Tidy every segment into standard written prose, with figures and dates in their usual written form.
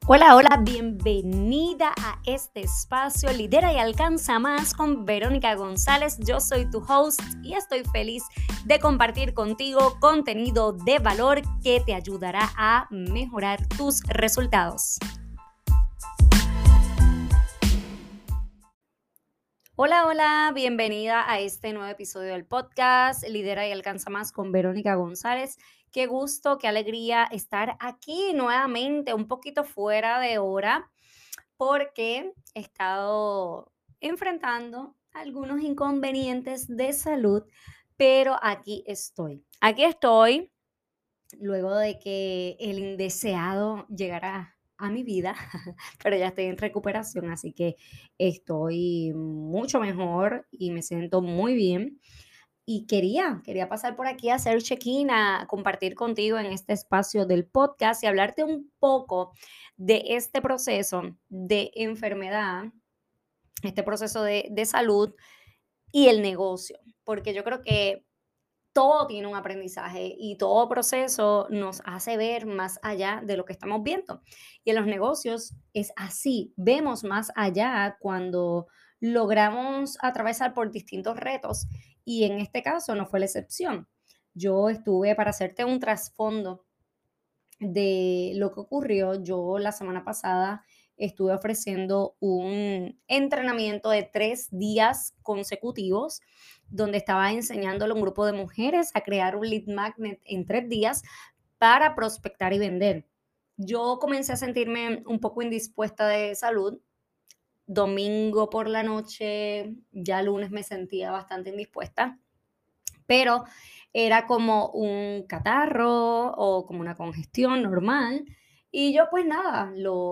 Hola, hola, bienvenida a este espacio Lidera y Alcanza Más con Verónica González. Yo soy tu host y estoy feliz de compartir contigo contenido de valor que te ayudará a mejorar tus resultados. Hola, hola, bienvenida a este nuevo episodio del podcast Lidera y Alcanza Más con Verónica González. Qué gusto, qué alegría estar aquí nuevamente, un poquito fuera de hora, porque he estado enfrentando algunos inconvenientes de salud, pero aquí estoy. Aquí estoy luego de que el indeseado llegara a mi vida, pero ya estoy en recuperación, así que estoy mucho mejor y me siento muy bien. Y quería pasar por aquí a hacer check-in, a compartir contigo en este espacio del podcast y hablarte un poco de este proceso de enfermedad, este proceso de salud y el negocio, porque yo creo que todo tiene un aprendizaje y todo proceso nos hace ver más allá de lo que estamos viendo. Y en los negocios es así, vemos más allá cuando logramos atravesar por distintos retos y en este caso no fue la excepción. Yo estuve, para hacerte un trasfondo de lo que ocurrió, yo la semana pasada estuve ofreciendo un entrenamiento de 3 días consecutivos donde estaba enseñándole a un grupo de mujeres a crear un lead magnet en 3 días para prospectar y vender. Yo comencé a sentirme un poco indispuesta de salud. Domingo por la noche, ya lunes me sentía bastante indispuesta, pero era como un catarro o como una congestión normal. Y yo pues nada,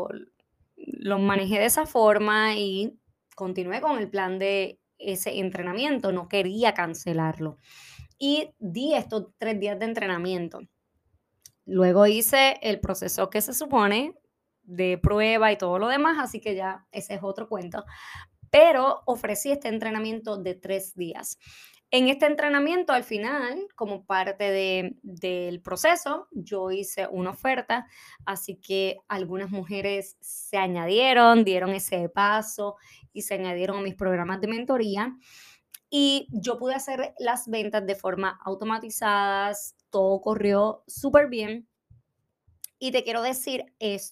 lo manejé de esa forma y continué con el plan de ese entrenamiento, no quería cancelarlo. Y di estos 3 días de entrenamiento. Luego hice el proceso que se supone de prueba y todo lo demás, así que ya ese es otro cuento, pero ofrecí este entrenamiento de 3 días. En este entrenamiento, al final, como parte del proceso, yo hice una oferta, así que algunas mujeres se añadieron, dieron ese paso y se añadieron a mis programas de mentoría. Y yo pude hacer las ventas de forma automatizadas, todo corrió súper bien. Y te quiero decir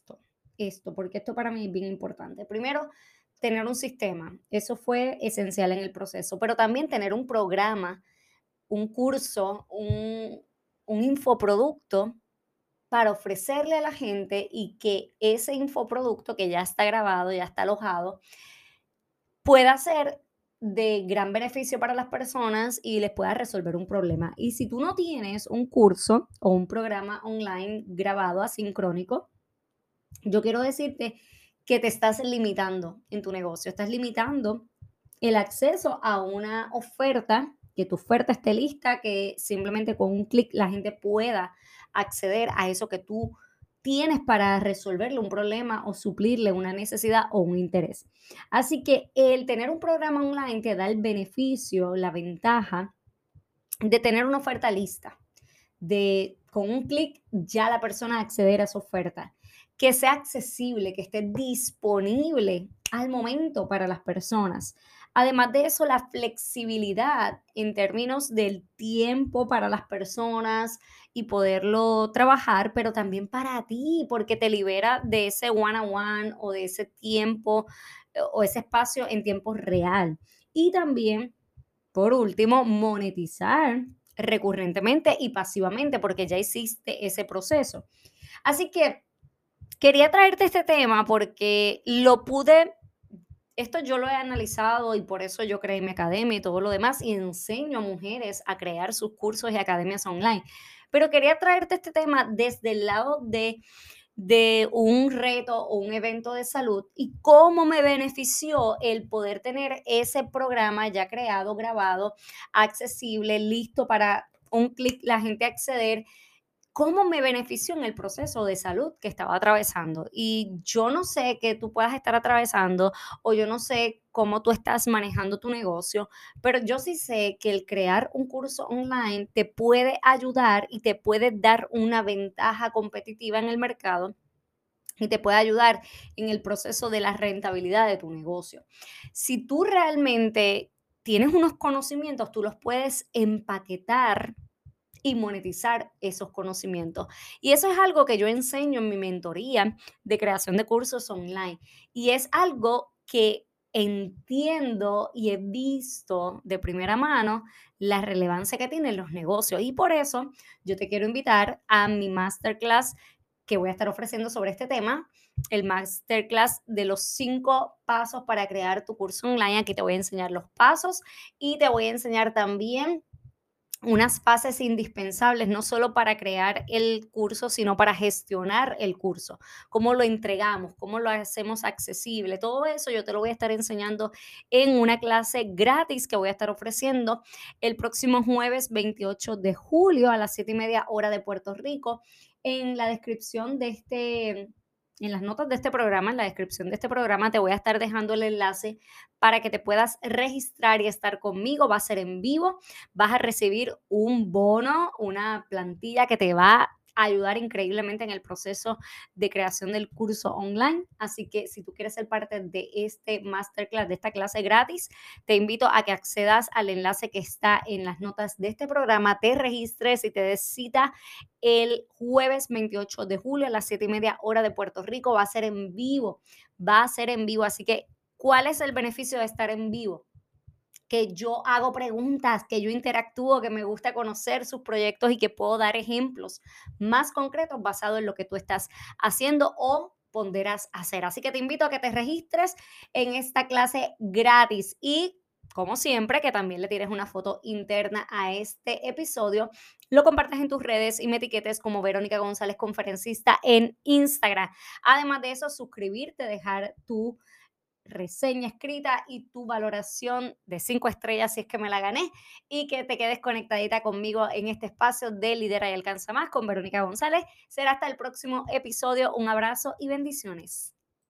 esto, porque esto para mí es bien importante. Primero, tener un sistema, eso fue esencial en el proceso, pero también tener un programa, un curso, un infoproducto para ofrecerle a la gente y que ese infoproducto que ya está grabado, ya está alojado, pueda ser de gran beneficio para las personas y les pueda resolver un problema. Y si tú no tienes un curso o un programa online grabado asincrónico, yo quiero decirte que te estás limitando en tu negocio, estás limitando el acceso a una oferta, que tu oferta esté lista, que simplemente con un clic la gente pueda acceder a eso que tú tienes para resolverle un problema o suplirle una necesidad o un interés. Así que el tener un programa online te da el beneficio, la ventaja de tener una oferta lista, de con un clic ya la persona acceder a esa oferta, que sea accesible, que esté disponible al momento para las personas. Además de eso, la flexibilidad en términos del tiempo para las personas y poderlo trabajar, pero también para ti, porque te libera de ese one-on-one o de ese tiempo o ese espacio en tiempo real. Y también por último, monetizar recurrentemente y pasivamente, porque ya hiciste ese proceso. Así que quería traerte este tema porque esto yo lo he analizado y por eso yo creé mi academia y todo lo demás y enseño a mujeres a crear sus cursos y academias online. Pero quería traerte este tema desde el lado de un reto o un evento de salud y cómo me benefició el poder tener ese programa ya creado, grabado, accesible, listo para un clic la gente acceder, cómo me benefició en el proceso de salud que estaba atravesando. Y yo no sé qué tú puedas estar atravesando o yo no sé cómo tú estás manejando tu negocio, pero yo sí sé que el crear un curso online te puede ayudar y te puede dar una ventaja competitiva en el mercado y te puede ayudar en el proceso de la rentabilidad de tu negocio. Si tú realmente tienes unos conocimientos, tú los puedes empaquetar y monetizar esos conocimientos. Y eso es algo que yo enseño en mi mentoría de creación de cursos online. Y es algo que entiendo y he visto de primera mano la relevancia que tienen los negocios. Y por eso yo te quiero invitar a mi masterclass que voy a estar ofreciendo sobre este tema, el masterclass de los 5 pasos para crear tu curso online. Aquí te voy a enseñar los pasos y te voy a enseñar también unas fases indispensables, no solo para crear el curso, sino para gestionar el curso. Cómo lo entregamos, cómo lo hacemos accesible. Todo eso yo te lo voy a estar enseñando en una clase gratis que voy a estar ofreciendo el próximo jueves 28 de julio a las 7:30 hora de Puerto Rico. En la descripción de en las notas de este programa, en la descripción de este programa, te voy a estar dejando el enlace para que te puedas registrar y estar conmigo. Va a ser en vivo, vas a recibir un bono, una plantilla que te va a ayudar increíblemente en el proceso de creación del curso online. Así que si tú quieres ser parte de este masterclass, de esta clase gratis, te invito a que accedas al enlace que está en las notas de este programa, te registres y te des cita el jueves 28 de julio a las 7:30 hora de Puerto Rico. Va a ser en vivo, va a ser en vivo. Así que, ¿cuál es el beneficio de estar en vivo? Que yo hago preguntas, que yo interactúo, que me gusta conocer sus proyectos y que puedo dar ejemplos más concretos basados en lo que tú estás haciendo o ponderas hacer. Así que te invito a que te registres en esta clase gratis y como siempre, que también le tires una foto interna a este episodio, lo compartas en tus redes y me etiquetes como Verónica González Conferencista en Instagram. Además de eso, suscribirte, dejar tu reseña escrita y tu valoración de 5 estrellas si es que me la gané y que te quedes conectadita conmigo en este espacio de Lidera y Alcanza Más con Verónica González. Será hasta el próximo episodio. Un abrazo y bendiciones.